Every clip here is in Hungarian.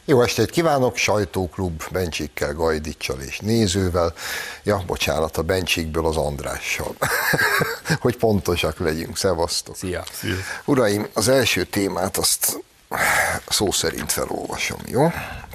Jó estét kívánok, sajtóklub Bencsikkel, Gajdicsal és nézővel. Ja, bocsánat, a Bencsikből az Andrással. Hogy pontosak legyünk. Szevasztok. Szia. Szia. Uraim, az első témát azt szó szerint felolvasom, jó?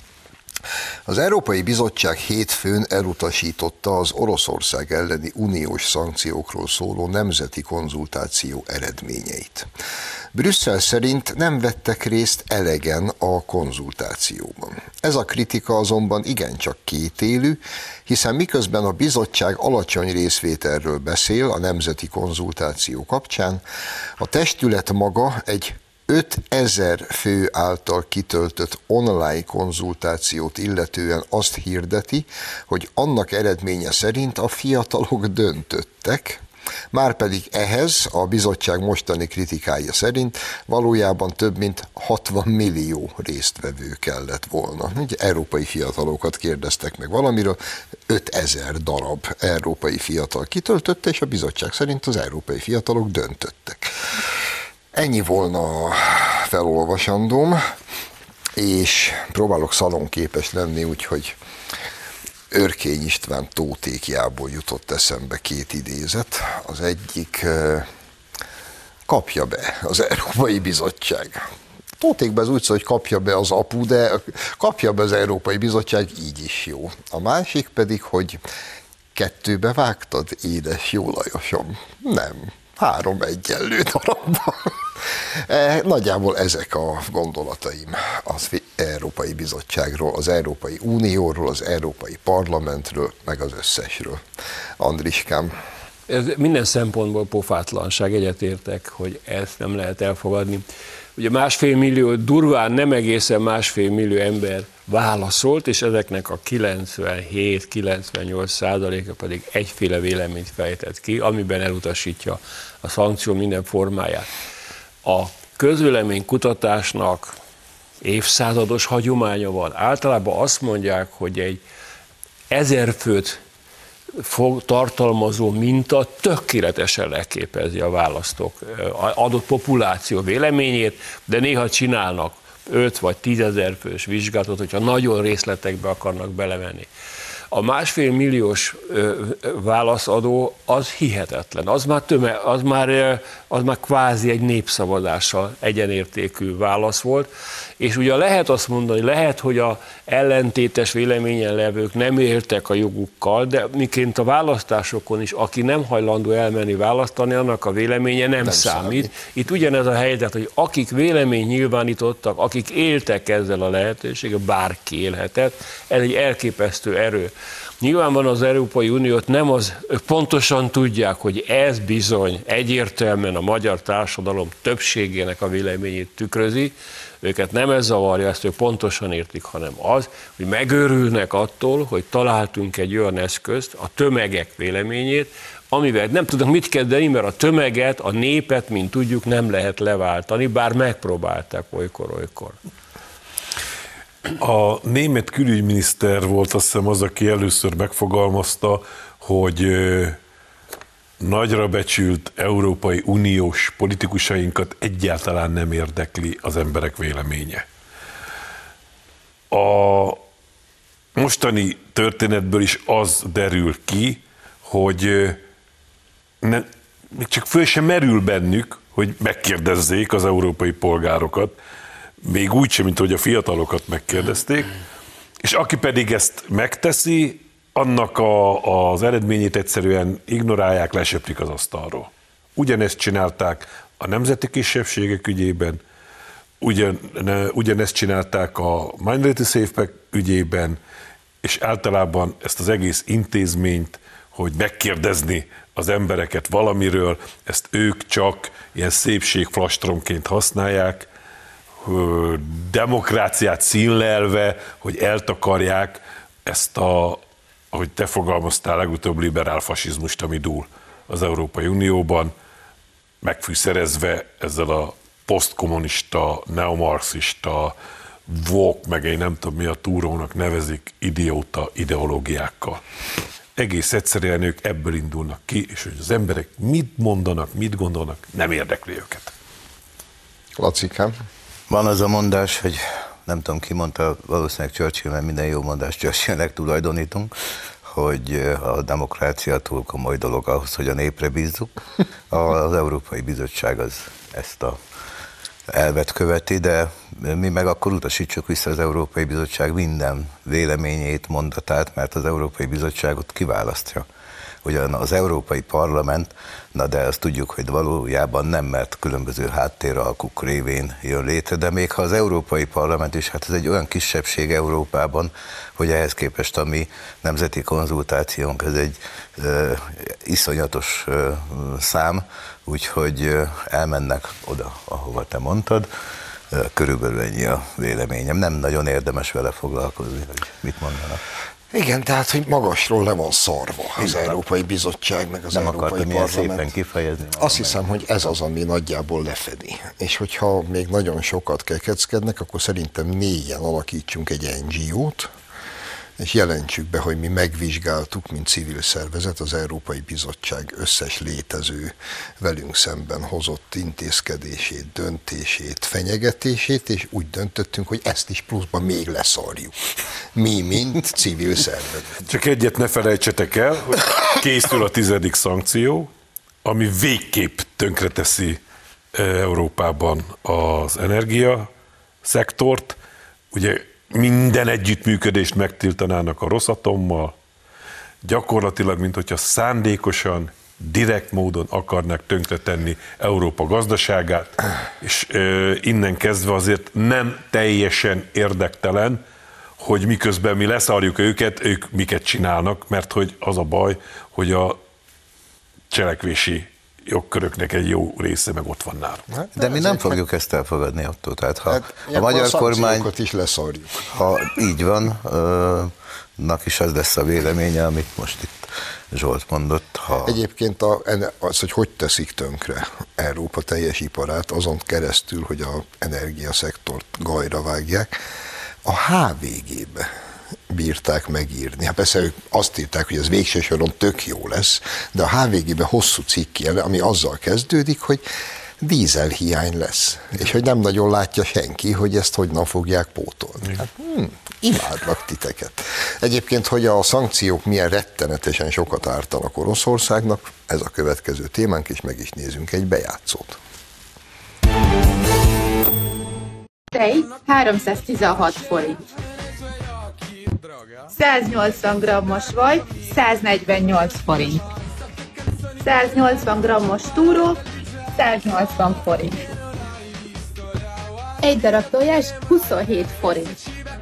Az Európai Bizottság hétfőn elutasította az Oroszország elleni uniós szankciókról szóló nemzeti konzultáció eredményeit. Brüsszel szerint nem vettek részt elegen a konzultációban. Ez a kritika azonban igencsak kétélű, hiszen miközben a bizottság alacsony részvételről beszél a nemzeti konzultáció kapcsán, a testület maga egy 5000 fő által kitöltött online konzultációt illetően azt hirdeti, hogy annak eredménye szerint a fiatalok döntöttek, márpedig ehhez a bizottság mostani kritikája szerint valójában több mint 60 millió résztvevő kellett volna. Ugye európai fiatalokat kérdeztek meg valamiről, 5000 darab európai fiatal kitöltötte, és a bizottság szerint az európai fiatalok döntöttek. Ennyi volna a felolvasandóm, és próbálok szalonképes lenni, úgyhogy Örkény István Tótékjából jutott eszembe két idézet. Az egyik, kapja be az Európai Bizottság. Tótékben ez úgy szól, hogy kapja be az apu, de kapja be az Európai Bizottság, így is jó. A másik pedig, hogy kettőbe vágtad, édes jó Lajosom? Nem. 3 egyenlő darabban. Nagyjából ezek a gondolataim az Európai Bizottságról, az Európai Unióról, az Európai Parlamentről, meg az összesről. Andriskám. Ez minden szempontból pofátlanság, egyetértek, hogy ezt nem lehet elfogadni. Ugye 1,5 millió, durván nem egészen 1,5 millió ember válaszolt, és ezeknek a 97-98%-a pedig egyféle véleményt fejtett ki, amiben elutasítja a szankció minden formáját. A közvéleménykutatásnak évszázados hagyománya van. Általában azt mondják, hogy egy 1000 főt tartalmazó minta tökéletesen leképezi a választók adott populáció véleményét, de néha csinálnak 5 vagy 10 000 fős vizsgálatot, hogyha nagyon részletekbe akarnak belemenni. A 1,5 milliós válaszadó az hihetetlen, az már kvázi egy népszavazással egyenértékű válasz volt, és ugye lehet azt mondani, lehet, hogy a ellentétes véleményen levők nem éltek a jogukkal, de miként a választásokon is, aki nem hajlandó elmenni választani, annak a véleménye nem számít. Itt ugyanez a helyzet, hogy akik véleményt nyilvánítottak, akik éltek ezzel a lehetőséggel, bárki élhetett, ez egy elképesztő erő. Nyilvánvalóan az Európai Uniót nem pontosan tudják, hogy ez bizony egyértelműen a magyar társadalom többségének a véleményét tükrözi, őket nem ez zavarja, ezt ők pontosan értik, hanem az, hogy megőrülnek attól, hogy találtunk egy olyan eszközt, a tömegek véleményét, amivel nem tudnak mit kezdeni, mert a tömeget, a népet, mint tudjuk, nem lehet leváltani, bár megpróbálták olykor-olykor. A német külügyminiszter volt azt hiszem az, aki először megfogalmazta, hogy nagyra becsült Európai Uniós politikusainkat egyáltalán nem érdekli az emberek véleménye. A mostani történetből is az derül ki, hogy még csak föl sem merül bennük, hogy megkérdezzék az európai polgárokat, még úgy sem, mint hogy a fiatalokat megkérdezték, és aki pedig ezt megteszi, annak az eredményét egyszerűen ignorálják, lesöprik az asztalról. Ugyanezt csinálták a nemzeti kisebbségek ügyében, ugyanezt csinálták a Minority SafePack ügyében, és általában ezt az egész intézményt, hogy megkérdezni az embereket valamiről, ezt ők csak ilyen szépségflastromként használják, demokráciát színlelve, hogy eltakarják ezt ahogy te fogalmaztál, legutóbb liberál fasizmust, ami dúl az Európai Unióban, megfűszerezve ezzel a posztkommunista, neomarxista, woke, meg én nem tudom mi a túrónak nevezik, idióta ideológiákkal. Egész egyszerűen ők ebből indulnak ki, és hogy az emberek mit mondanak, mit gondolnak, nem érdekli őket. Lacikám. Van az a mondás, hogy nem tudom ki mondta, valószínűleg Churchill, mert minden jó mondást Churchillnek tulajdonítunk, hogy a demokrácia túl komoly dolog ahhoz, hogy a népre bízzuk. Az Európai Bizottság az ezt a elvet követi, de mi meg akkor utasítsuk vissza az Európai Bizottság minden véleményét, mondatát, mert az Európai Bizottságot kiválasztja. Ugyan az Európai Parlament, na de azt tudjuk, hogy valójában nem, mert különböző háttéralkuk révén jön létre, de még ha az Európai Parlament is, hát ez egy olyan kisebbség Európában, hogy ehhez képest a mi nemzeti konzultációnk, ez egy iszonyatos szám, úgyhogy elmennek oda, ahova te mondtad. Körülbelül ennyi a véleményem. Nem nagyon érdemes vele foglalkozni, hogy mit mondanak. Igen, tehát, hogy magasról le van szarva az Európai Bizottság, meg az nem Európai Parlament. Szépen Szépen kifejezni. Azt hiszem, hogy ez az, ami nagyjából lefedi. És hogyha még nagyon sokat kekeckednek, akkor szerintem 4-en alakítsunk egy NGO-t, és jelentsük be, hogy mi megvizsgáltuk, mint civil szervezet, az Európai Bizottság összes létező velünk szemben hozott intézkedését, döntését, fenyegetését, és úgy döntöttünk, hogy ezt is pluszban még leszarjuk. Mi, mint civil szervezet. Csak egyet ne felejtsetek el, hogy készül a 10. szankció, ami végképp tönkreteszi Európában az energiaszektort. Ugye minden együttműködést megtiltanának a Rosatommal, gyakorlatilag, mint hogyha szándékosan, direkt módon akarnák tönkretenni Európa gazdaságát, és innen kezdve azért nem teljesen érdektelen, hogy miközben mi leszarjuk őket, ők miket csinálnak, mert hogy az a baj, hogy a cselekvési jogköröknek egy jó része meg ott van nálunk. De mi nem fogjuk ezt elfogadni attól. Tehát ha a magyar magyar kormány, is leszarjuk. ha így van, nak is az lesz a véleménye, amit most itt Zsolt mondott. Egyébként az, hogy teszik tönkre Európa teljes iparát, azon keresztül, hogy az energiaszektort gajra vágják, a HVG-be bírták megírni. Hát persze ők azt írták, hogy ez végső soron tök jó lesz, de a HVG-be hosszú cikk jelen, ami azzal kezdődik, hogy dízelhiány lesz, és hogy nem nagyon látja senki, hogy ezt hogyan fogják pótolni. Hát, imádlak titeket. Egyébként, hogy a szankciók milyen rettenetesen sokat ártanak Oroszországnak, ez a következő témánk, és meg is nézünk egy bejátszót. Tej 316 forint. 180 g-os vaj 148 forint. 180 g-os túró 180 forint. Egy darab tojás 27 forint.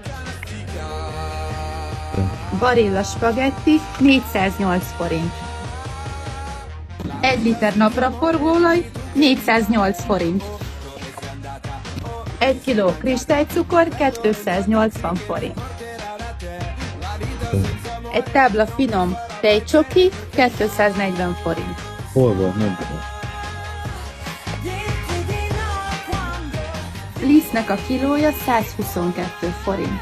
Barilla spagetti 408 forint. 1 liter napraforgóolaj 408 forint. 1 kiló kristálycukor 280 forint. Egy tábla finom tejcsoki 240 forint. Hol van? Nem tudom. Lisztnek a kilója 122 forint.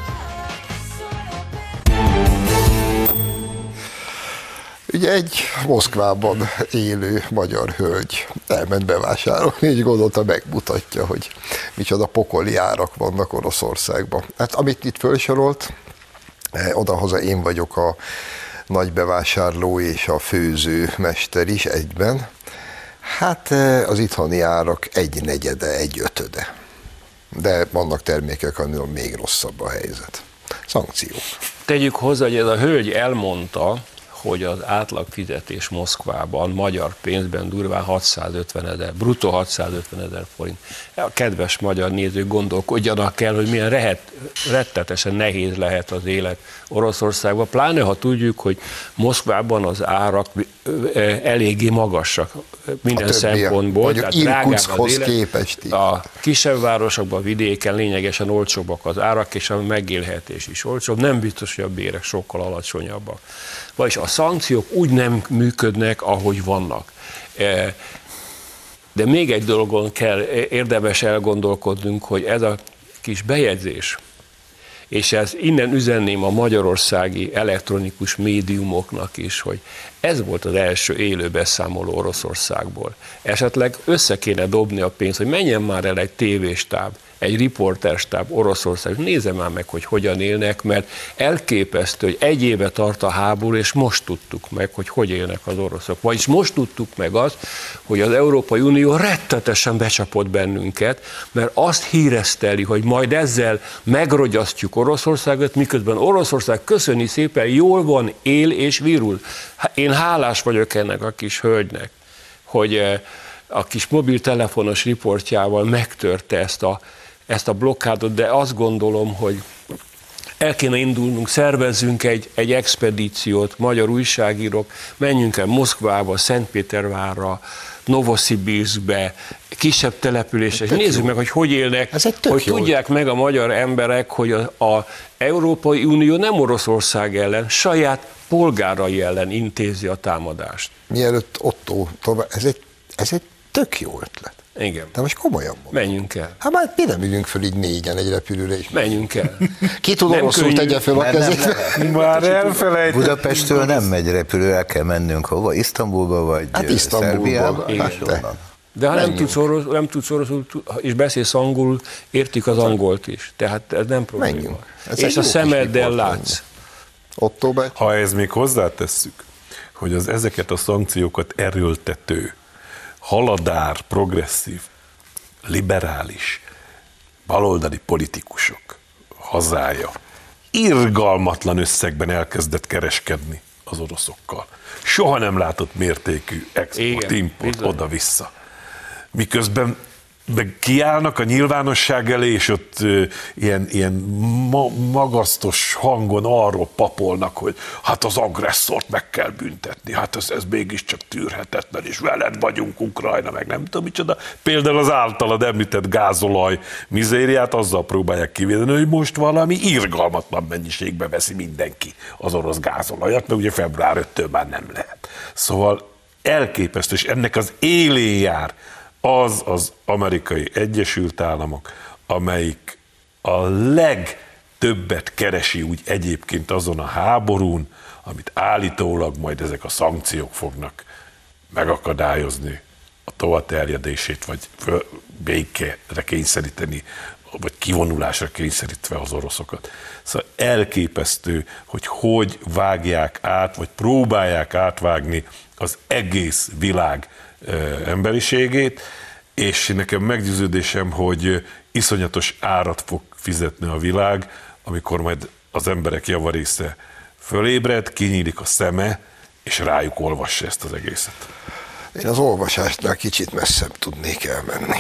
Ugye egy Moszkvában élő magyar hölgy elment bevásárolni, és gondolta, megmutatja, hogy micsoda pokoli árak vannak Oroszországban. Hát amit itt felsorolt, odahaza én vagyok a nagy bevásárló és a főzőmester is egyben. Hát az itthoni árak 1/4, 1/5. De vannak termékek, aminél még rosszabb a helyzet. Szankciók. Tegyük hozzá, hogy ez a hölgy elmondta, hogy az átlagfizetés Moszkvában magyar pénzben durván 650 000, bruttó 650 000 forint. A kedves magyar nézők gondolkodjanak el, hogy milyen rettetesen nehéz lehet az élet Oroszországban, pláne ha tudjuk, hogy Moszkvában az árak eléggé magasak minden szempontból. Tehát Irkutszkhoz képest. A kisebb városokban, vidéken lényegesen olcsóbbak az árak, és a megélhetés is olcsóbb. Nem biztos, hogy a bérek sokkal alacsonyabbak. Vagyis a szankciók úgy nem működnek, ahogy vannak. De még egy dolgon kell érdemes elgondolkodnunk, hogy ez a kis bejegyzés és ez innen üzenném a magyarországi elektronikus médiumoknak is, hogy ez volt az első élő beszámoló Oroszországból. Esetleg össze kéne dobni a pénzt, hogy menjen már el egy tévéstáb, egy riporterstáb Oroszország, nézze már meg, hogy hogyan élnek, mert elképesztő, hogy egy éve tart a háború, és most tudtuk meg, hogy élnek az oroszok. Vagyis most tudtuk meg azt, hogy az Európai Unió rettetesen becsapott bennünket, mert azt híreszteli, hogy majd ezzel megrogyasztjuk Oroszországot, miközben Oroszország köszöni szépen, jól van, él és virul. Én hálás vagyok ennek a kis hölgynek, hogy a kis mobiltelefonos riportjával megtörte ezt a blokkádot, de azt gondolom, hogy el kéne indulnunk, szervezzünk egy expedíciót, magyar újságírók, menjünk el Moszkvába, Szentpétervárra, Novosibirszkbe, kisebb települések, nézzük meg, hogy élnek, hogy tudják meg a magyar emberek, hogy az Európai Unió nem Oroszország ellen, saját polgárai ellen intézi a támadást. Mielőtt Otto tovább, ez egy tök jó ötlet. Igen. De most komolyan mondom. Menjünk el. Hát már mi nem ülünk föl így négyen egy repülőre is. Menjünk el. Ki tud oroszul, tegye föl a kezét. Már elfelejtettem. Budapestről nem megy repülő, el kell mennünk hova? Isztambulba vagy Szerbiába? De ha nem tudsz oroszul, és beszélsz angolul, értik az angolt is. Tehát ez nem probléma. Menjünk. És a szemeddel látsz. Október. Ha ez még hozzátesszük, hogy ezeket a szankciókat erőltető, haladár, progresszív, liberális, baloldali politikusok hazája irgalmatlan összegben elkezdett kereskedni az oroszokkal. Soha nem látott mértékű export-import oda-vissza. Miközben kiállnak a nyilvánosság elé, és ott ilyen magasztos hangon arról papolnak, hogy hát az agresszort meg kell büntetni, hát ez mégiscsak tűrhetetlen, és veled vagyunk Ukrajna, meg nem tudom micsoda. Például az általad említett gázolaj mizériát azzal próbálják kivédeni, hogy most valami irgalmatlan mennyiségbe veszi mindenki az orosz gázolajat, mert ugye február 5-től már nem lehet. Szóval elképesztő, és ennek az élén jár az Amerikai Egyesült Államok, amelyik a legtöbbet keresi úgy egyébként azon a háborún, amit állítólag majd ezek a szankciók fognak megakadályozni a tovaterjedését, vagy békére kényszeríteni, vagy kivonulásra kényszerítve az oroszokat. Szóval elképesztő, hogy vágják át, vagy próbálják átvágni az egész világ emberiségét, és nekem meggyőződésem, hogy iszonyatos árat fog fizetni a világ, amikor majd az emberek javarésze fölébred, kinyílik a szeme, és rájuk olvassa ezt az egészet. Én az olvasásnál kicsit messzebb tudnék elmenni.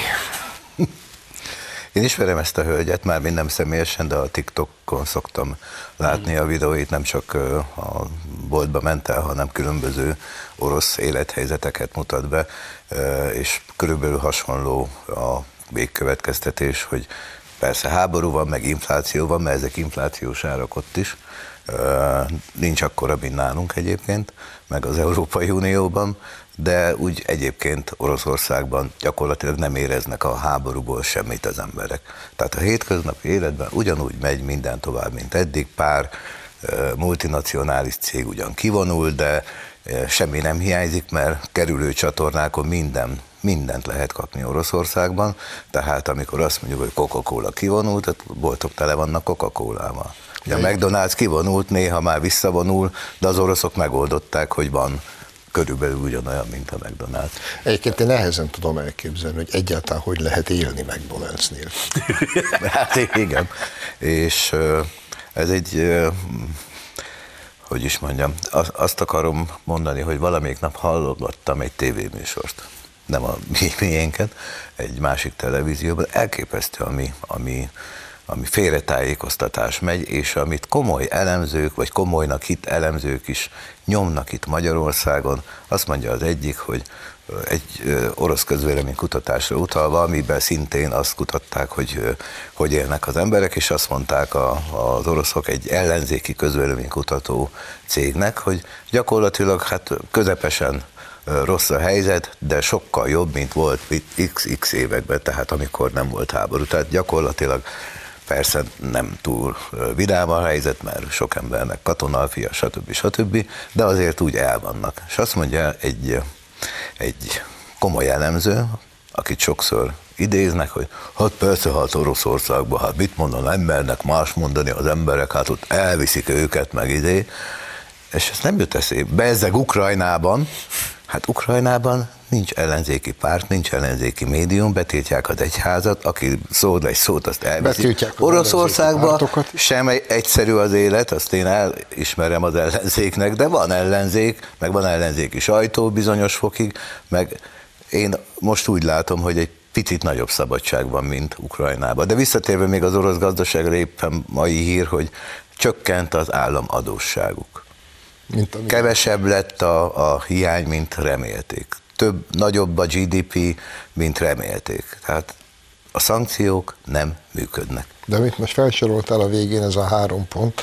Én ismerem ezt a hölgyet, már nem személyesen, de a TikTokon szoktam látni a videóit, nem csak a boltba ment el, hanem különböző orosz élethelyzeteket mutat be, és körülbelül hasonló a végkövetkeztetés, hogy persze háború van, meg infláció van, mert ezek inflációs árak ott is, nincs akkora, mint nálunk egyébként, meg az Európai Unióban, de úgy egyébként Oroszországban gyakorlatilag nem éreznek a háborúból semmit az emberek. Tehát a hétköznapi életben ugyanúgy megy minden tovább, mint eddig, pár multinacionális cég ugyan kivonul, de semmi nem hiányzik, mert kerülő csatornákon mindent lehet kapni Oroszországban, tehát amikor azt mondjuk, hogy Coca-Cola kivonult, a boltok tele vannak Coca-Colával. Ugye a McDonald's kivonult, néha már visszavonul, de az oroszok megoldották, hogy van körülbelül ugyanolyan, mint a McDonald's. Egyébként én nehezen tudom elképzelni, hogy egyáltalán hogy lehet élni McDonald's-nél. Hát igen, és ez egy, hogy is mondjam, azt akarom mondani, hogy valamelyik nap hallottam egy tévéműsort, nem a miénket, egy másik televízióban, elképesztő, ami félretájékoztatás megy, és amit komoly elemzők, vagy komolynak hit elemzők is nyomnak itt Magyarországon, azt mondja az egyik, hogy egy orosz közvéleménykutatásra utalva, amiben szintén azt kutatták, hogy élnek az emberek, és azt mondták az oroszok egy ellenzéki közvéleménykutató cégnek, hogy gyakorlatilag hát közepesen rossz a helyzet, de sokkal jobb, mint volt XX években, tehát amikor nem volt háború. Tehát gyakorlatilag Persze nem túl vidám a helyzet, mert sok embernek katonafia, stb. De azért úgy el vannak. És azt mondja egy komoly elemző, akit sokszor idéznek, hogy hát persze, hát Oroszországban, hát mit mondanak, nem mernek más mondani az emberek, hát ott elviszik őket, meg és ezt nem jut eszébe. Bezzeg Ukrajnában, hát Ukrajnában nincs ellenzéki párt, nincs ellenzéki médium, betiltják az egyházat, aki szól egy szót, azt elviszik. Oroszországban sem egyszerű az élet, azt én elismerem az ellenzéknek, de van ellenzék, meg van ellenzéki sajtó bizonyos fokig, meg én most úgy látom, hogy egy picit nagyobb szabadság van, mint Ukrajnában. De visszatérve még az orosz gazdaságra, éppen mai hír, hogy csökkent az államadósságuk. Kevesebb lett a hiány, mint remélték. Nagyobb a GDP, mint remélték. Tehát a szankciók nem működnek. De amit most felsoroltál a végén, ez a 3 pont,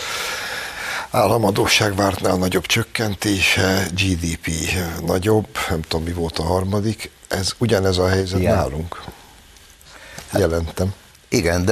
államadósság vártnál nagyobb csökkentése, GDP nagyobb, nem tudom mi volt a harmadik, ugyanez a helyzet nálunk. Jelentem. Igen,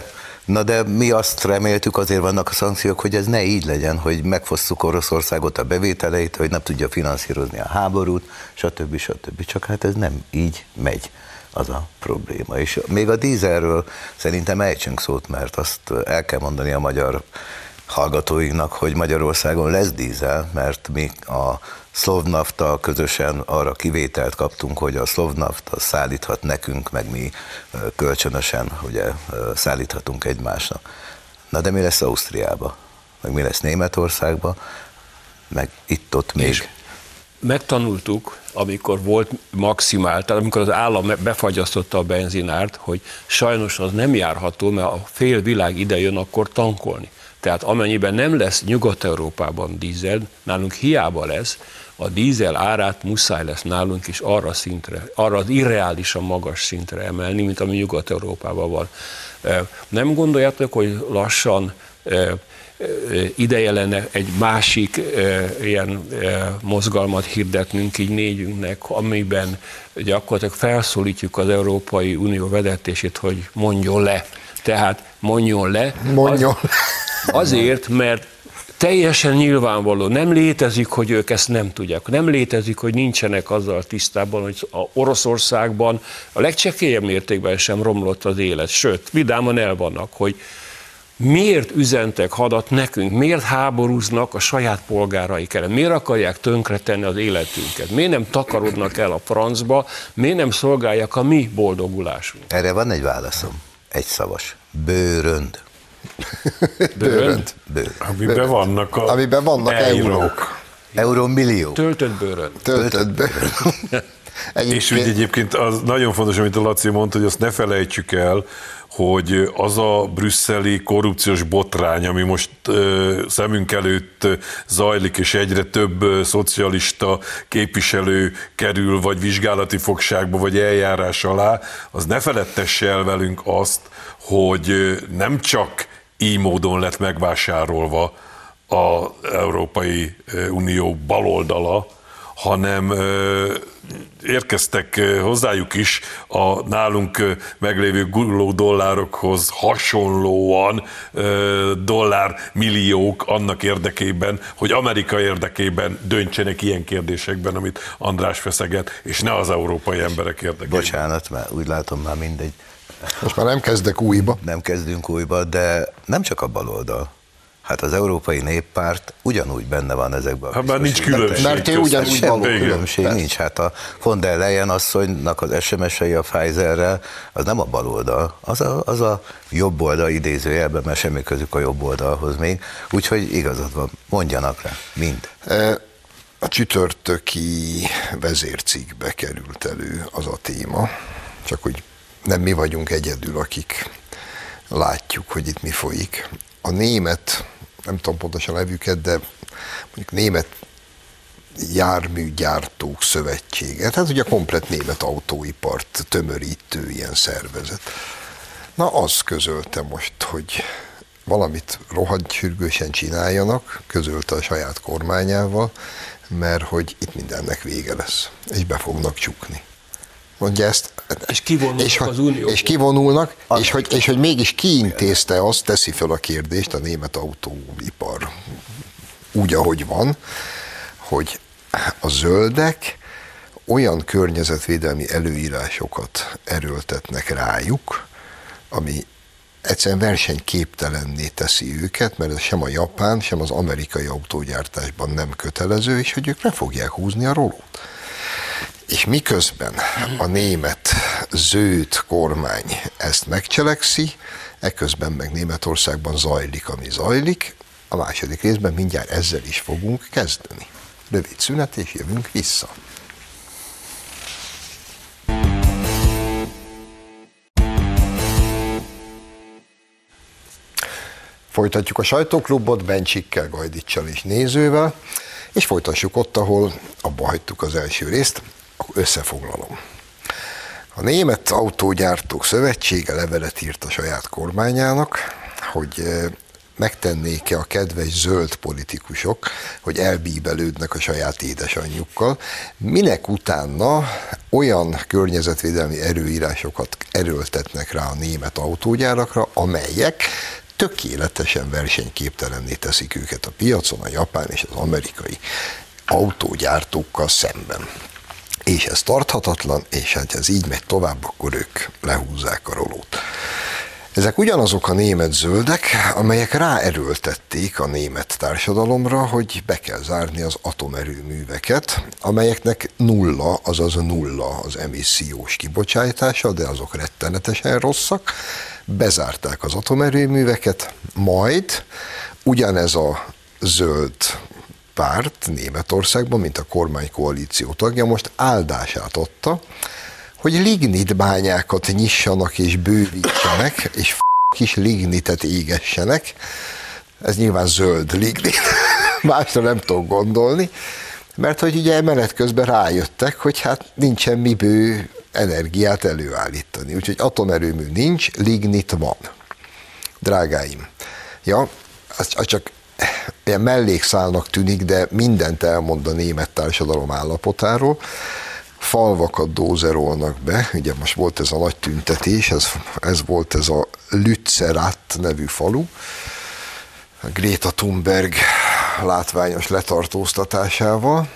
de mi azt reméltük, azért vannak a szankciók, hogy ez ne így legyen, hogy megfosszuk Oroszországot a bevételeit, hogy nem tudja finanszírozni a háborút, stb. Csak hát ez nem így megy, az a probléma. És még a dízelről szerintem ejtsünk szót, mert azt el kell mondani a magyar hallgatóinknak, hogy Magyarországon lesz dízel, mert mi a Szlovnafta közösen arra kivételt kaptunk, hogy a Szlovnafta szállíthat nekünk, meg mi kölcsönösen ugye, szállíthatunk egymásnak. Na de mi lesz Ausztriába? Meg mi lesz Németországba? Meg itt-ott még. És megtanultuk, amikor volt maximált, tehát amikor az állam befagyasztotta a benzinárt, hogy sajnos az nem járható, mert a fél világ ide jön akkor tankolni. Tehát amennyiben nem lesz Nyugat-Európában dízel, nálunk hiába lesz, a dízel árát muszáj lesz nálunk is arra az irreálisan magas szintre emelni, mint ami Nyugat-Európában van. Nem gondoljátok, hogy lassan ideje lenne egy másik ilyen mozgalmat hirdetnünk így négyünknek, amiben gyakorlatilag felszólítjuk az Európai Unió vezetését, hogy mondjon le. Tehát mondjon le. Azért, mert teljesen nyilvánvaló, nem létezik, hogy ők ezt nem tudják. Nem létezik, hogy nincsenek azzal tisztában, hogy a Oroszországban a legcsekélyebb mértékben sem romlott az élet. Sőt, vidáman el vannak, hogy miért üzentek hadat nekünk, miért háborúznak a saját polgáraik ellen, miért akarják tönkretenni az életünket, miért nem takarodnak el a francba, miért nem szolgálják a mi boldogulásunk. Erre van egy válaszom, egyszavas. Bőrönd. Bőrönd. Amiben vannak eurók. Eurómillió. Töltött bőrönd. Töltött bőrönd. És úgy egyébként az nagyon fontos, amit a Laci mondta, hogy azt ne felejtsük el, hogy az a brüsszeli korrupciós botrány, ami most szemünk előtt zajlik, és egyre több szocialista képviselő kerül, vagy vizsgálati fogságba, vagy eljárás alá, az ne feledtesse el velünk azt, hogy nem csak így módon lett megvásárolva az Európai Unió baloldala, hanem érkeztek hozzájuk is a nálunk meglévő guruló dollárokhoz hasonlóan dollármilliók annak érdekében, hogy Amerika érdekében döntsenek ilyen kérdésekben, amit András feszeget, és ne az európai emberek érdekében. Bocsánat, mert úgy látom már mindegy. Most már nem kezdek újba. Nem kezdünk újba, de nem csak a baloldal. Hát az Európai Néppárt ugyanúgy benne van ezekben. Hát már nincs különbség. Mert ugyanúgy való különbség nincs. Hát a von der Leyen asszonynak az SMS-ei a Pfizerrel, az nem a baloldal, az a jobb oldal idézőjelben, mert semmi közük a jobb oldalhoz még. Úgyhogy igazad van, mondjanak rá, mind. A csütörtöki vezércikkbe került elő az a téma, csak hogy nem mi vagyunk egyedül, akik látjuk, hogy itt mi folyik. A német, nem tudom pontosan a nevüket, de mondjuk német járműgyártók szövetsége, tehát ugye a komplett német autóipart tömörítő ilyen szervezet. Na, az közölte most, hogy valamit rohadt sürgősen csináljanak, közölte a saját kormányával, mert hogy itt mindennek vége lesz, és be fognak csukni. mondja ezt. És kivonulnak az Unióból. És kivonulnak, és hogy mégis kiintézte azt, teszi fel a kérdést a német autóipar úgy, ahogy van, hogy a zöldek olyan környezetvédelmi előírásokat erőltetnek rájuk, ami egyszerűen versenyképtelenné teszi őket, mert ez sem a japán, sem az amerikai autógyártásban nem kötelező, és hogy ők le fogják húzni a rolót. És miközben a német zöld kormány ezt megcselekszi, eközben meg Németországban zajlik, ami zajlik, a második részben mindjárt ezzel is fogunk kezdeni. Rövid szünet, és jövünk vissza. Folytatjuk a sajtóklubot Bencsikkel, Gajdicsal és nézővel, és folytassuk ott, ahol abba hagytuk az első részt, összefoglalom. A Német Autógyártók Szövetsége levelet írt a saját kormányának, hogy megtennék-e a kedves zöld politikusok, hogy elbíbelődnek a saját édesanyjukkal, minek utána olyan környezetvédelmi erőírásokat erőltetnek rá a német autógyárakra, amelyek tökéletesen versenyképtelenné teszik őket a piacon, a japán és az amerikai autógyártókkal szemben. És ez tarthatatlan, és hát ez így megy tovább, akkor ők lehúzzák a rolót. Ezek ugyanazok a német zöldek, amelyek ráerőltették a német társadalomra, hogy be kell zárni az atomerőműveket, amelyeknek nulla, azaz nulla az emissziós kibocsátása, de azok rettenetesen rosszak. Bezárták az atomerőműveket, majd ugyanez a zöld párt Németországban, mint a kormánykoalíció tagja, most áldását adta, hogy lignitbányákat nyissanak és bővítsenek, és kis lignitet égessenek. Ez nyilván zöld lignit, másra nem tudok gondolni, mert hogy ugye menet közben rájöttek, hogy hát nincsen miből energiát előállítani. Úgyhogy atomerőmű nincs, lignit van. Drágáim, ja, az csak ilyen mellékszálnak tűnik, de mindent elmond a német társadalom állapotáról. Falvakat dózerolnak be, ugye most volt ez a nagy tüntetés, ez volt ez a Lützerath nevű falu, a Greta Thunberg látványos letartóztatásával.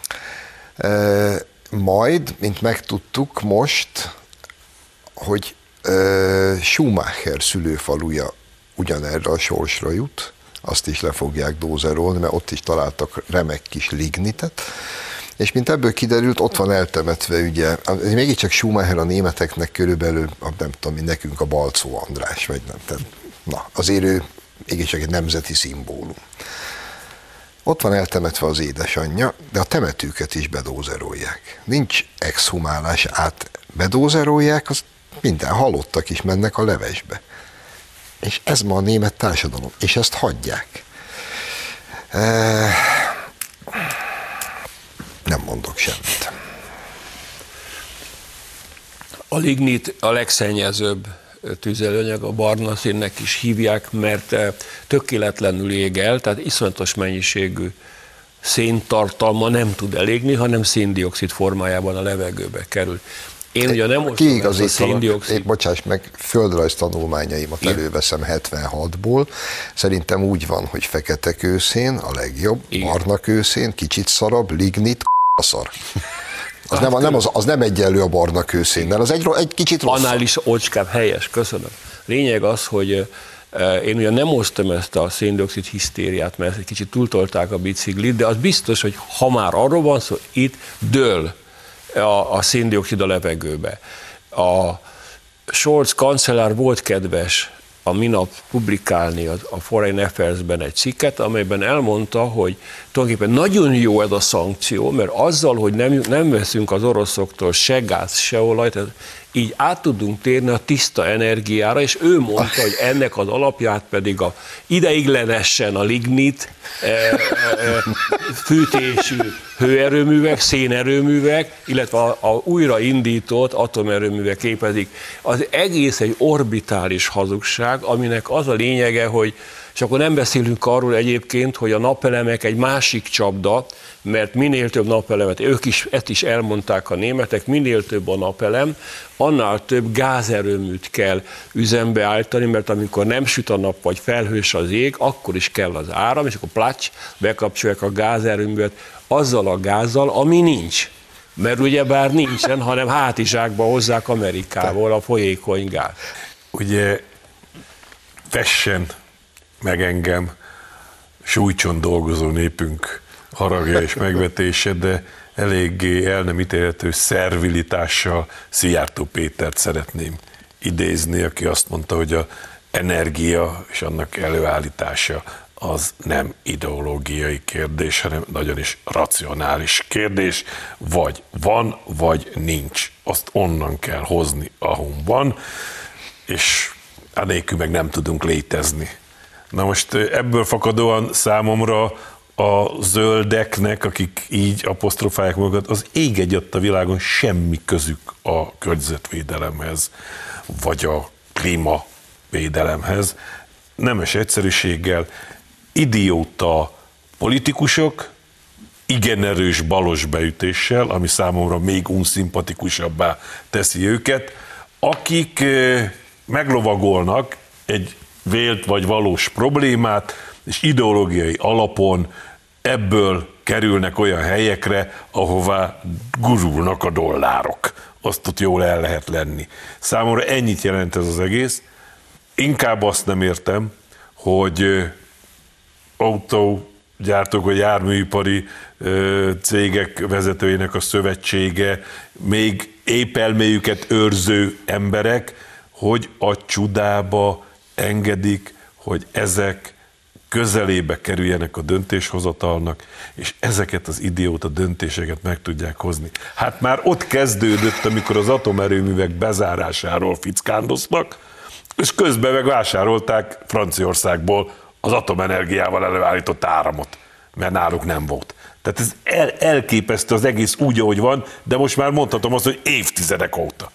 Majd, mint megtudtuk most, hogy Schumacher szülőfaluja ugyanerre a sorsra jut, azt is le fogják dózerolni, mert ott is találtak remek kis lignitet, és mint ebből kiderült, ott van eltemetve, ugye, mégiscsak Schumacher a németeknek körülbelül, nem tudom, nekünk a Balczó András, vagy nem, tehát, na, azért ő mégiscsak egy nemzeti szimbólum. Ott van eltemetve az édesanyja, de a temetőket is bedózerolják. Nincs exhumálás, bedózerolják, az minden halottak is mennek a levesbe. És ez ma a német társadalom, és ezt hagyják. Nem mondok semmit. A lignit a legszennyezőbb tüzelőanyag, a barna színnek is hívják, mert tökéletlenül ég el, tehát iszonyatos mennyiségű széntartalma nem tud elégni, hanem széndioxid formájában a levegőbe kerül. Én ugye nem osztom ezt a széndioxid... Bocsáss meg, földrajz tanulmányaimat előveszem 76-ból. Szerintem úgy van, hogy fekete kőszén a legjobb, barna kőszén, kicsit szarabb, lignit, szar. Az nem egyenlő a barna kőszénnel, az egy kicsit rosszabb. Annál is olcskább, helyes, köszönöm. Lényeg az, hogy én ugye nem osztom ezt a széndioxid hisztériát, mert egy kicsit túltolták a biciklit, de az biztos, hogy ha már arról van szó, itt dől a széndioxid a levegőbe. A Scholz kancellár volt kedves a minap publikálni a Foreign Affairs-ben egy cikket, amelyben elmondta, hogy tulajdonképpen nagyon jó ez a szankció, mert azzal, hogy nem veszünk az oroszoktól se gáz, se olajt, így át tudunk térni a tiszta energiára, és ő mondta, hogy ennek az alapját pedig ideiglenesen a lignit, fűtésű hőerőművek, szénerőművek, illetve a újraindított atomerőművek képezik. Az egész egy orbitális hazugság, aminek az a lényege, hogy És akkor nem beszélünk arról egyébként, hogy a napelemek egy másik csapda, mert minél több napelemet, ők is ezt is elmondták a németek, minél több a napelem, annál több gázerőműt kell üzembe állítani, mert amikor nem süt a nap, vagy felhős az ég, akkor is kell az áram, és akkor plács, bekapcsolják a gázerőművet azzal a gázzal, ami nincs. Mert ugyebár nincsen, hanem hátizsákba hozzák Amerikából a folyékony gáz. Ugye vessen meg engem sújtson dolgozó népünk haragja és megvetése, de eléggé el nem ítélhető szervilitással Szijjártó Pétert szeretném idézni, aki azt mondta, hogy az energia és annak előállítása az nem ideológiai kérdés, hanem nagyon is racionális kérdés, vagy van, vagy nincs. Azt onnan kell hozni, ahol van, és anélkül meg nem tudunk létezni. Na most ebből fakadóan számomra a zöldeknek, akik így apostrofálják magukat, az ég egyatt a világon semmi közük a környezetvédelemhez, vagy a klímavédelemhez. Nemes egyszerűséggel idióta politikusok, igen erős balos beütéssel, ami számomra még unszimpatikusabbá teszi őket, akik meglovagolnak egy vélt vagy valós problémát, és ideológiai alapon ebből kerülnek olyan helyekre, ahová gurulnak a dollárok. Azt ott jól el lehet lenni. Számomra ennyit jelent ez az egész. Inkább azt nem értem, hogy autógyártók vagy járműipari cégek vezetőinek a szövetsége, még épp elméjüket őrző emberek, hogy a csudába engedik, hogy ezek közelébe kerüljenek a döntéshozatalnak, és ezeket az idióta döntéseket meg tudják hozni. Hát már ott kezdődött, amikor az atomerőművek bezárásáról fickándoztak, és közben megvásárolták Franciaországból az atomenergiával előállított áramot, mert náluk nem volt. Tehát ez elképesztő az egész úgy, ahogy van, de most már mondhatom azt, hogy évtizedek óta.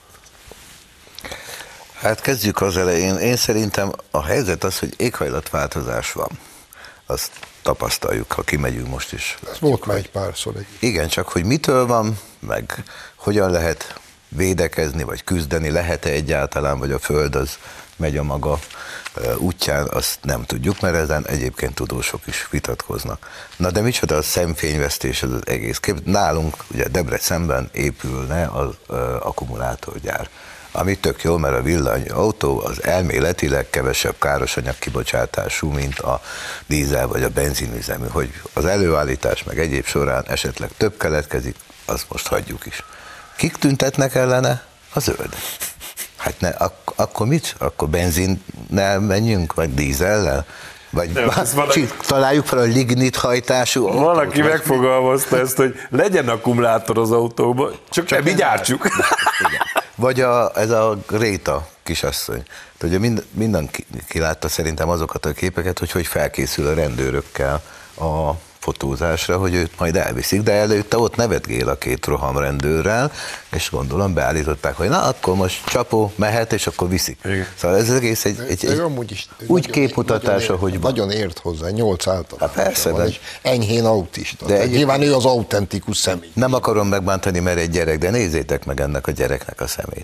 Hát kezdjük az elején. Én szerintem a helyzet az, hogy éghajlatváltozás van. Azt tapasztaljuk, ha kimegyünk most is. Ez volt már egy párszor. Igen, csak hogy mitől van, meg hogyan lehet védekezni, vagy küzdeni, lehet-e egyáltalán, vagy a Föld az megy a maga útján, azt nem tudjuk, mert ezen egyébként tudósok is vitatkoznak. Na de micsoda a szemfényvesztés ez az egész kép. Nálunk, ugye Debrecenben épülne az akkumulátorgyár, ami tök jó, mert a villanyautó az elméletileg kevesebb károsanyag kibocsátású, mint a dízel vagy a benzinüzemű, hogy az előállítás meg egyéb során esetleg több keletkezik, azt most hagyjuk is. Kik tüntetnek ellene? A zöldek. Hát ne, akkor mit? Akkor benzinnel menjünk, vagy dízellel? Vagy találjuk fel a lignit hajtású autót. Valaki megfogalmazta ezt, hogy legyen akkumulátor az autóban, csak nem így gyártsuk. Vagy ez a Gréta kisasszony. Ugye mindenki látta szerintem azokat a képeket, hogy felkészül a rendőrökkel a fotózásra, hogy őt majd elviszik, de előtte ott nevetgél a két rohamrendőrrel, és gondolom beállították, hogy na, akkor most csapó, mehet, és akkor viszik. Igen. Szóval ez az egész egy úgy képmutatása, hogy van. Nagyon ért hozzá, 8 által. Persze, de enyhén autista. De nyilván ő az autentikus személy. Nem akarom megbántani, mert egy gyerek, de nézzétek meg ennek a gyereknek a szemét.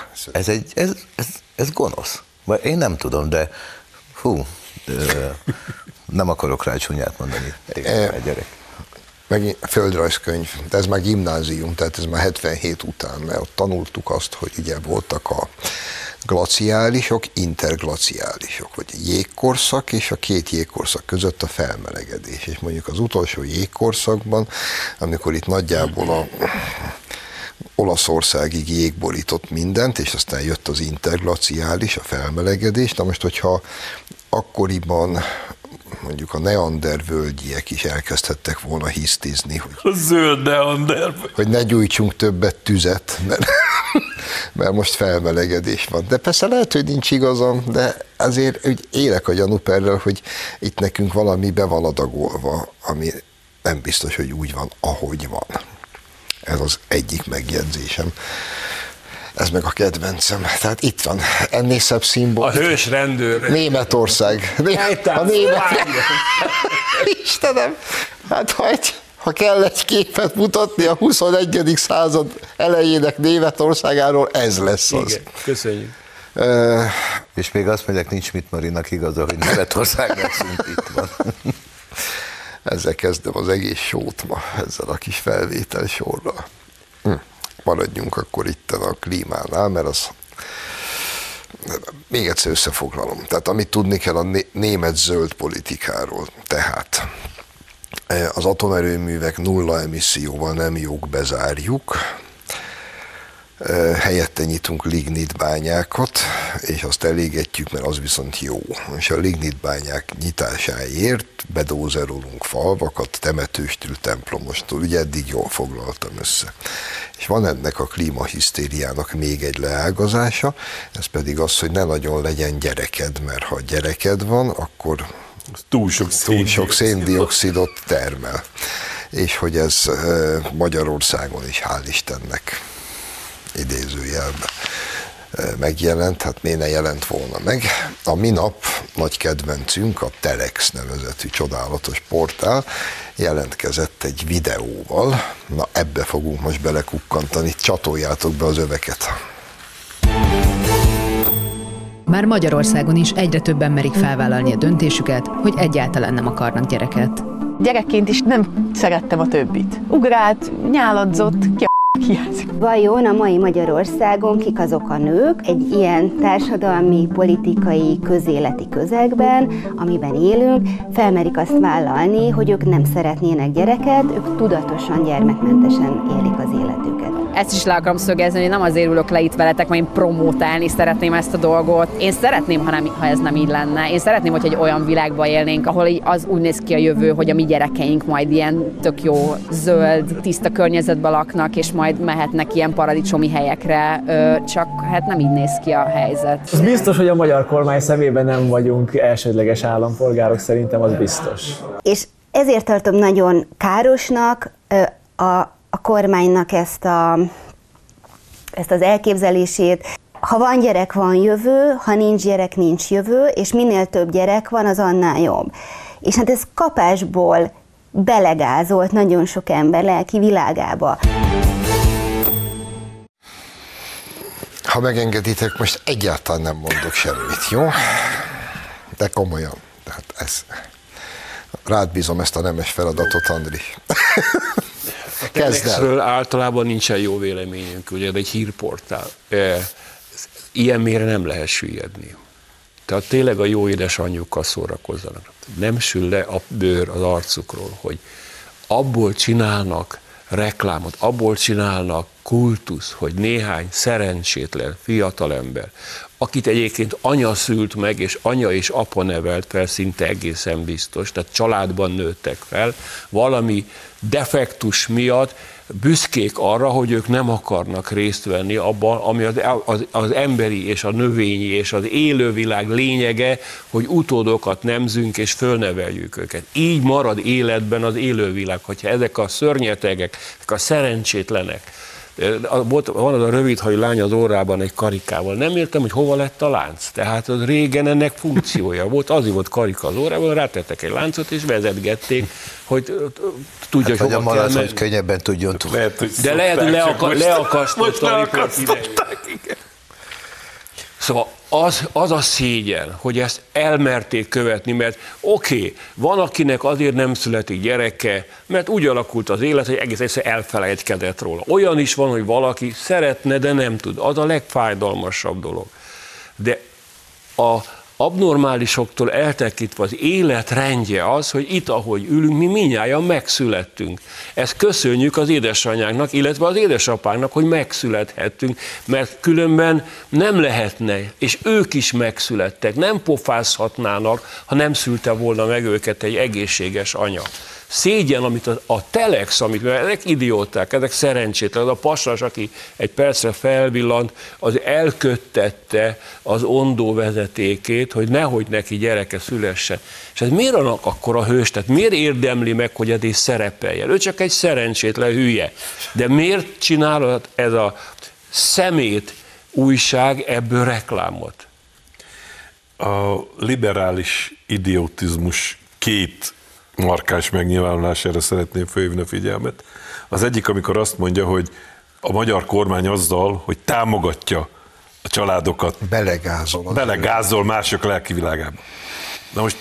Ez gonosz. Én nem tudom, de nem akarok rá csúnyát mondani, egy gyerek. Megint földrajzkönyv, de ez már gimnázium, tehát ez már 77 után, mert ott tanultuk azt, hogy ugye voltak a glaciálisok, interglaciálisok, vagy jégkorszak, és a két jégkorszak között a felmelegedés. És mondjuk az utolsó jégkorszakban, amikor itt nagyjából a Olaszországig jégborított mindent, és aztán jött az interglaciális, a felmelegedés. Na most, hogyha akkoriban mondjuk a neandervölgyiek is elkezdhettek volna hisztizni, a zöld neander, hogy ne gyújtsunk többet tüzet, mert most felmelegedés van. De persze lehet, hogy nincs igazam, de azért élek a gyanúperrel, hogy itt nekünk valami be van adagolva, ami nem biztos, hogy úgy van, ahogy van. Ez az egyik megjegyzésem. Ez meg a kedvencem. Tehát itt van, ennél szebb szimbólum. A hős rendőr. Németország. A német... Istenem, hát ha kell egy képet mutatni a 21. század elejének Németországáról, ez lesz az. Igen, köszönjük. És még azt mondják, nincs mit Marinak igaza, hogy Németország megszűnt, itt van. Ezzel kezdem az egész sót ma, ezzel a kis felvétel sorral. Maradjunk akkor itten a klímánál, mert az még egyszer összefoglalom. Tehát amit tudni kell a német zöld politikáról, tehát az atomerőművek nulla emisszióval nem jók, bezárjuk, helyette nyitunk lignitbányákat, és azt elégetjük, mert az viszont jó. És a lignitbányák nyitásáért bedózerolunk falvakat, temetőstől, templomostól, ugye eddig jól foglaltam össze. És van ennek a klímahisztériának még egy leágazása, ez pedig az, hogy ne nagyon legyen gyereked, mert ha gyereked van, akkor túl sok széndioxidot termel. És hogy ez Magyarországon is, hál' Istennek, idézőjelben megjelent, hát miért ne jelent volna meg. A minap nagy kedvencünk, a Telex nevezetű csodálatos portál jelentkezett egy videóval, na ebbe fogunk most belekukkantani, csatoljátok be az öveket. Már Magyarországon is egyre többen merik felvállalni a döntésüket, hogy egyáltalán nem akarnak gyereket. Gyerekként is nem szerettem a többit. Ugrált, nyáladzott, hiányzik. Vajon a mai Magyarországon kik azok a nők egy ilyen társadalmi, politikai, közéleti közegben, amiben élünk, felmerik azt vállalni, hogy ők nem szeretnének gyereket, ők tudatosan gyermekmentesen élik az életüket. Ezt is le akarom szögezni, hogy nem azért ülök le itt veletek, mert én promótálni szeretném ezt a dolgot. Én szeretném, ha ez nem így lenne. Én szeretném, hogy egy olyan világban élnénk, ahol az úgy néz ki a jövő, hogy a mi gyerekeink majd ilyen tök jó, zöld, tiszta környezetben laknak, és majd mehetnek ilyen paradicsomi helyekre, csak hát nem így néz ki a helyzet. Az biztos, hogy a magyar kormány szemében nem vagyunk elsődleges állampolgárok, szerintem az biztos. És ezért tartom nagyon károsnak a kormánynak ezt az elképzelését. Ha van gyerek, van jövő, ha nincs gyerek, nincs jövő, és minél több gyerek van, az annál jobb. És hát ez kapásból belegázolt nagyon sok ember lelki világába. Ha megengeditek, most egyáltalán nem mondok semmit, jó? De komolyan. Tehát rád bízom ezt a nemes feladatot, Andri. Kezd el. Általában nincsen jó véleményünk, ugye, de egy hírportál. Ilyen mérre nem lehet süllyedni. Tehát tényleg a jó édesanyjukkal szórakozzanak. Nem sül le a bőr az arcukról, hogy abból csinálnak reklámot, abból csinálnak kultusz, hogy néhány szerencsétlen fiatalember, akit egyébként anya szült meg, és anya és apa nevelt fel, szinte egészen biztos, tehát családban nőttek fel, valami defektus miatt büszkék arra, hogy ők nem akarnak részt venni abban, ami az emberi és a növényi és az élővilág lényege, hogy utódokat nemzünk és fölneveljük őket. Így marad életben az élővilág, hogyha ezek a szörnyetegek, ezek a szerencsétlenek, van az a rövidhajú lány az órában egy karikával. Nem értem, hogy hova lett a lánc. Tehát az régen ennek funkciója volt, azért volt karika az órában, rátettek egy láncot és vezetgették, hogy tudja, hát, hogy hova kell menni. Hogy könnyebben tudjon tudni. De lehet, hogy leakasztották. Szóval az a szégyen, hogy ezt elmerték követni, mert oké, van akinek azért nem születik gyereke, mert úgy alakult az élet, hogy egész egyszerűen elfelejtkedett róla. Olyan is van, hogy valaki szeretne, de nem tud. Az a legfájdalmasabb dolog. De a abnormálisoktól eltekintve az életrendje az, hogy itt, ahogy ülünk, mi mindnyájan megszülettünk. Ezt köszönjük az édesanyánknak, illetve az édesapánknak, hogy megszülethettünk, mert különben nem lehetne, és ők is megszülettek, nem pofázhatnának, ha nem szülte volna meg őket egy egészséges anya. Szégyen, amit a Telex, mert ezek idióták, ezek szerencsétlen, az a pasas, aki egy percre felvillant, az elköttette az ondó vezetékét, hogy nehogy neki gyereke szülessen. És ez miért annak akkor a hős? Tehát miért érdemli meg, hogy ez is szerepeljen? Ő csak egy szerencsétlen hülye. De miért csinálod ez a szemét újság ebből reklámot? A liberális idiotizmus két markáns megnyilvánulására szeretném felhívni a figyelmet. Az egyik, amikor azt mondja, hogy a magyar kormány azzal, hogy támogatja a családokat, belegázol mások lelkivilágába. Na most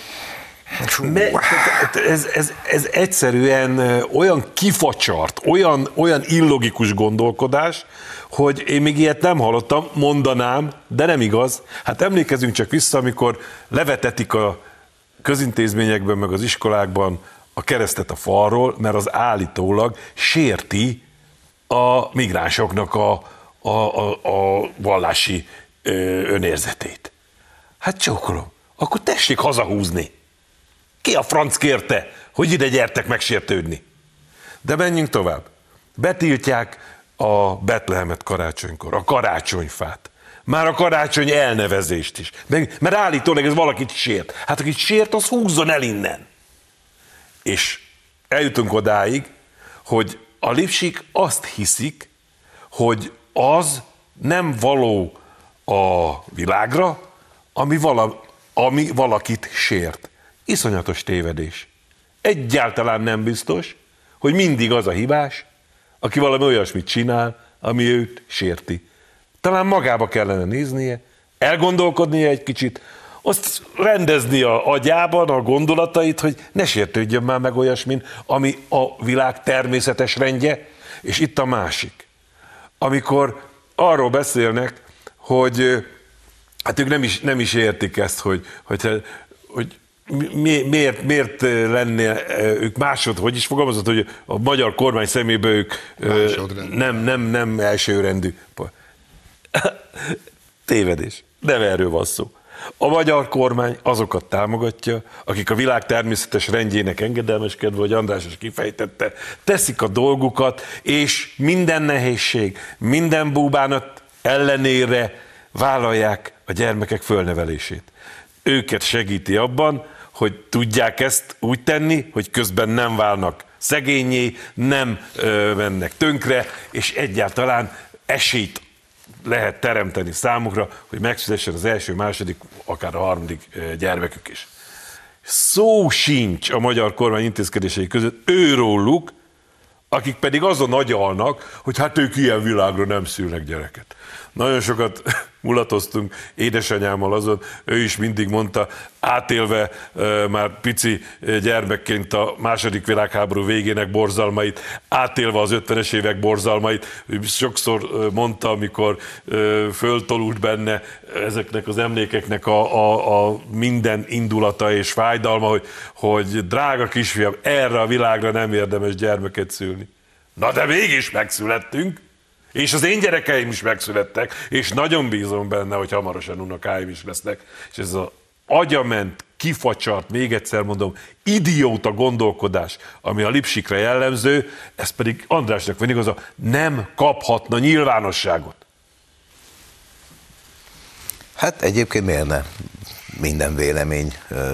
ez egyszerűen olyan kifacsart, olyan illogikus gondolkodás, hogy én még ilyet nem hallottam, mondanám, de nem igaz. Hát emlékezzünk csak vissza, amikor levetetik a közintézményekben, meg az iskolákban a keresztet a falról, mert az állítólag sérti a migránsoknak a vallási önérzetét. Hát csókolom, akkor tessék hazahúzni. Ki a franc kérte, hogy ide gyertek megsértődni? De menjünk tovább. Betiltják a Betlehemet karácsonykor, a karácsonyfát. Már a karácsony elnevezést is. Mert állítólag ez valakit sért. Hát akit sért, az húzzon el innen. És eljutunk odáig, hogy a lipsik azt hiszik, hogy az nem való a világra, ami valakit sért. Iszonyatos tévedés. Egyáltalán nem biztos, hogy mindig az a hibás, aki valami olyasmit csinál, ami őt sérti. Talán magába kellene néznie, elgondolkodnia egy kicsit, azt rendezni a agyában a gondolatait, hogy ne sértődjön már meg olyasmin, ami a világ természetes rendje, és itt a másik. Amikor arról beszélnek, hogy hát ők nem is értik ezt, hogy miért lenne ők hogy is fogalmazott, hogy a magyar kormány szemében ők nem elsőrendű. Tévedés. Nem erről van szó. A magyar kormány azokat támogatja, akik a világ természetes rendjének engedelmeskedve, vagy András is kifejtette, teszik a dolgukat, és minden nehézség, minden búbánat ellenére vállalják a gyermekek fölnevelését. Őket segíti abban, hogy tudják ezt úgy tenni, hogy közben nem válnak szegénnyé, nem mennek tönkre, és egyáltalán esélyt lehet teremteni számukra, hogy megszülessen az első, második, akár a harmadik gyermekük is. Szó sincs a magyar kormány intézkedései között őróluk, akik pedig azon agyalnak, hogy hát ők ilyen világra nem szülnek gyereket. Nagyon sokat mulatoztunk édesanyámmal azon, ő is mindig mondta, átélve már pici gyermekként a második világháború végének borzalmait, átélve az 50-es évek borzalmait, ő sokszor mondta, amikor föltolult benne ezeknek az emlékeknek a minden indulata és fájdalma, hogy drága kisfiam, erre a világra nem érdemes gyermeket szülni. Na de mégis megszülettünk, és az én gyerekeim is megszülettek, és nagyon bízom benne, hogy hamarosan unokáim is lesznek. És ez az agyament, kifacsart, még egyszer mondom, idióta gondolkodás, ami a lipsikre jellemző, ez pedig Andrásnak van igaza, nem kaphatna nyilvánosságot. Hát egyébként miért ne? Minden vélemény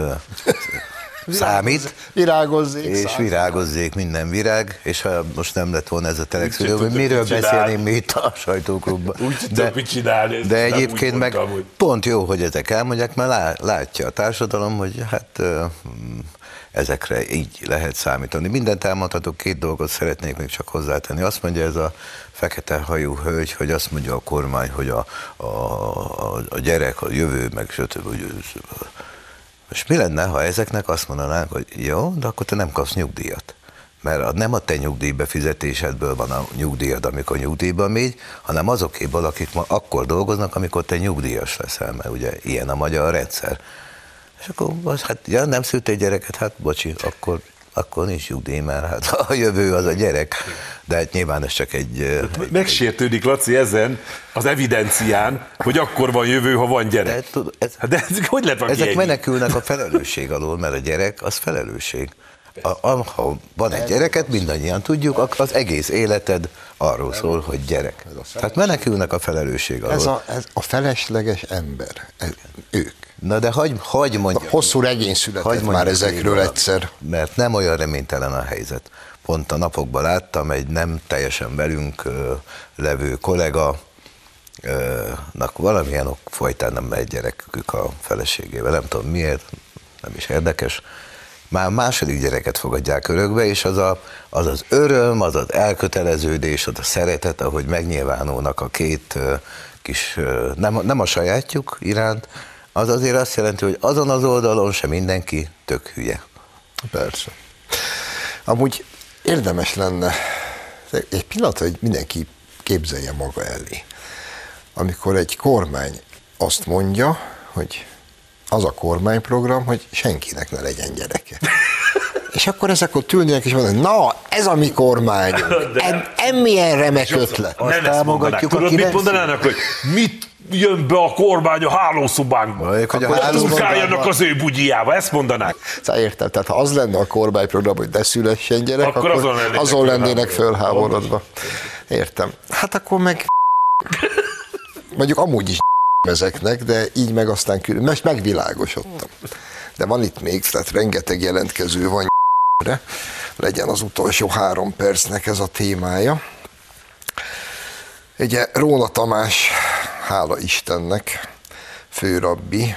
számít. Virágozzék. És számít. Virágozzék minden virág, és ha most nem lett volna ez a telekszülő, hogy miről beszélném mi itt a sajtóklubban. De egyébként meg pont jó, hogy ezek elmondják, mert látja a társadalom, hogy hát ezekre így lehet számítani. Mindent elmondhatok, két dolgot szeretnék még csak hozzátenni. Azt mondja ez a fekete hajú hölgy, hogy azt mondja a kormány, hogy a gyerek, a jövő, meg stb. És mi lenne, ha ezeknek azt mondanánk, hogy jó, de akkor te nem kapsz nyugdíjat. Mert nem a te nyugdíjbefizetésedből van a nyugdíjad, amikor nyugdíjba mégy, hanem azokéból, akik ma akkor dolgoznak, amikor te nyugdíjas leszel, mert ugye ilyen a magyar rendszer. És akkor hát ja, nem szültél gyereket, hát bocsi, akkor nincs nyugdíj, mert hát a jövő az a gyerek. De hát nyilván ez csak egy... Megsértődik, Laci, ezen az evidencián, hogy akkor van jövő, ha van gyerek. De ez hogy lehet valaki ezek menekülnek a felelősség alól, mert a gyerek az felelősség. Ha van egy gyereket, mindannyian tudjuk, az egész életed arról szól, hogy gyerek. Tehát menekülnek a felelősség alól. Ez a felesleges ember, ők. Na de hagy mondjam. Hosszú regény született már ezekről egyszer. Mert nem olyan reménytelen a helyzet. Pont a napokban láttam egy nem teljesen velünk levő kollega, valamilyen ok folytán nem megy gyerekük a feleségével, nem tudom miért, nem is érdekes. Már második gyereket fogadják örökbe, és az öröm, az az elköteleződés, az a szeretet, ahogy megnyilvánulnak a két kis, nem a sajátjuk iránt, az azért azt jelenti, hogy azon az oldalon sem mindenki tök hülye. Persze. Amúgy érdemes lenne egy pillanat, hogy mindenki képzelje maga elé. Amikor egy kormány azt mondja, hogy az a kormányprogram, hogy senkinek ne legyen gyereke. És akkor ezek ott ülnének, és mondanak, na, ez a mi kormányunk, milyen remek ötlet. Nem ezt mondanák. Tudod, mit mondanának, hogy mit jön be a kormány a hálószobánkba, akkor turkáljanak az ő bugyjába, ezt mondanák. Szóval értem, tehát ha az lenne a kormányprogram, hogy ne szülessen gyerek, akkor azon lennének fölháborodva. Értem. Hát akkor meg mondjuk amúgy is ezeknek, de így meg aztán most megvilágosodtam. De van itt még, tehát rengeteg jelentkező van, legyen az utolsó 3 percnek ez a témája. Ugye Róna Tamás, hála Istennek, főrabbi,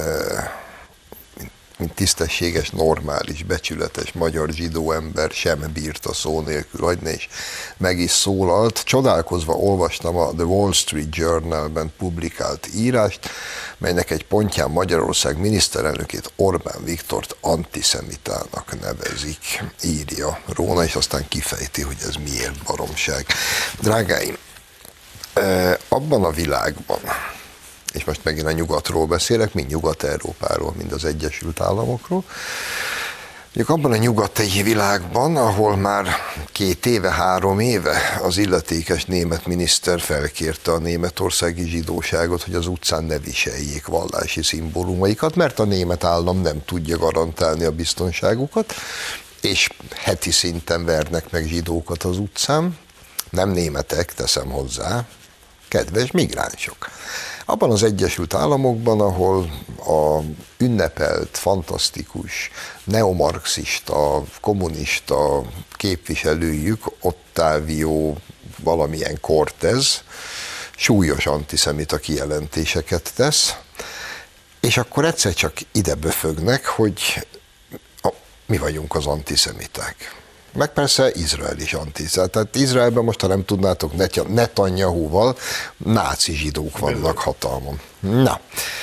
mint tisztességes, normális, becsületes magyar zsidó ember sem bírt a szó nélkül hagyni, és meg is szólalt. Csodálkozva olvastam a The Wall Street Journal-ben publikált írást, melynek egy pontján Magyarország miniszterelnökét, Orbán Viktort antiszemitának nevezik, írja Róna, és aztán kifejti, hogy ez miért baromság. Drágáim, abban a világban, és most megint a nyugatról beszélek, mind Nyugat-Európáról, mind az Egyesült Államokról. Mondjuk abban a nyugati világban, ahol már 2 éve, 3 éve az illetékes német miniszter felkérte a németországi zsidóságot, hogy az utcán ne viseljék vallási szimbólumaikat, mert a német állam nem tudja garantálni a biztonságukat, és heti szinten vernek meg zsidókat az utcán. Nem németek, teszem hozzá, kedves migránsok. Abban az Egyesült Államokban, ahol a ünnepelt, fantasztikus, neomarxista, kommunista képviselőjük, Ottavio valamilyen Cortez, súlyos antiszemita kijelentéseket tesz, és akkor egyszer csak ide böfögnek, hogy mi vagyunk az antiszemiták. Meg persze Izrael is antiszemita. Tehát Izraelben most, ha nem tudnátok, Netanyahuval náci zsidók vannak hatalmon. Na,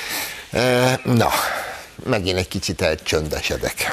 megint egy kicsit elcsöndesedek.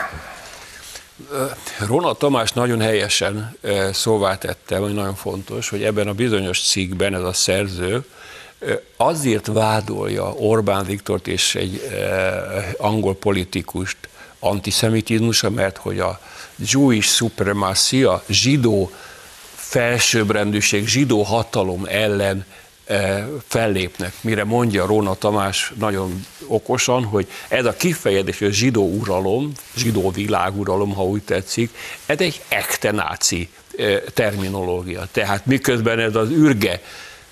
Róna Tamás nagyon helyesen szóvá tette, hogy nagyon fontos, hogy ebben a bizonyos cikkben ez a szerző azért vádolja Orbán Viktort és egy angol politikust antiszemitizmusra, mert hogy a Jewish supremacy, a zsidó felsőbbrendűség, zsidó hatalom ellen fellépnek. Mire mondja Róna Tamás nagyon okosan, hogy ez a kifejezés, hogy a zsidó uralom, zsidó világuralom, ha úgy tetszik, ez egy ektenáci terminológia. Tehát miközben ez az ürge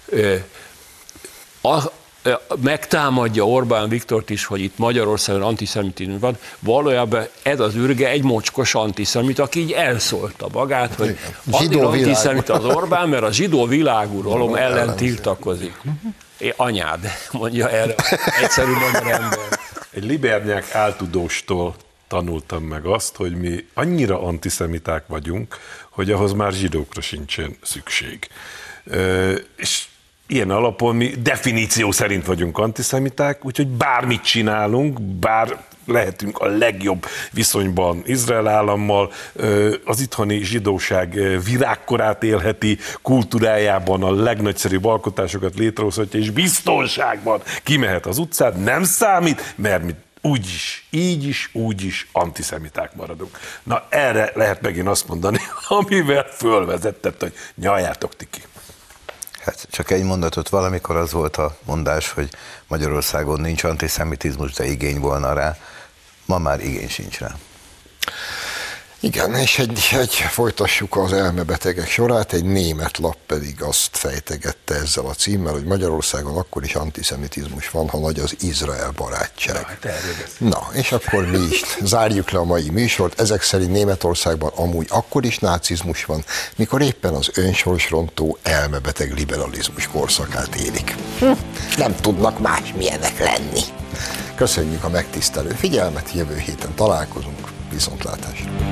megtámadja Orbán Viktort is, hogy itt Magyarországon antiszemitizmus van, valójában ez az ürge egy mocskos antiszemita, aki így elszólta magát, hogy azért antiszemita az Orbán, mert a zsidó világuralom ellen tiltakozik. Anyád, mondja erre egyszerű magyar ember. Egy libernyák áltudóstól tanultam meg azt, hogy mi annyira antiszemiták vagyunk, hogy ahhoz már zsidókra sincsen szükség. És ilyen alapon mi definíció szerint vagyunk antiszemiták, úgyhogy bármit csinálunk, bár lehetünk a legjobb viszonyban Izrael állammal, az itthoni zsidóság virágkorát élheti, kultúrájában a legnagyszerűbb alkotásokat létrehozhatja, és biztonságban kimehet az utcán, nem számít, mert mi úgyis, így is, úgy is antiszemiták maradunk. Na erre lehet megint azt mondani, amivel fölvezetett, hogy nyaljátok ti ki. Hát csak egy mondatot, valamikor az volt a mondás, hogy Magyarországon nincs antiszemitizmus, de igény volna rá. Ma már igény sincs rá. Igen, és folytassuk az elmebetegek sorát, egy német lap pedig azt fejtegette ezzel a címmel, hogy Magyarországon akkor is antiszemitizmus van, ha nagy az Izrael barátság. Na, és akkor mi is zárjuk le a mai műsort. Ezek szerint Németországban amúgy akkor is nácizmus van, mikor éppen az önsorsrontó elmebeteg liberalizmus korszakát élik. Nem tudnak másmilyenek lenni. Köszönjük a megtisztelő figyelmet, jövő héten találkozunk, viszontlátásra!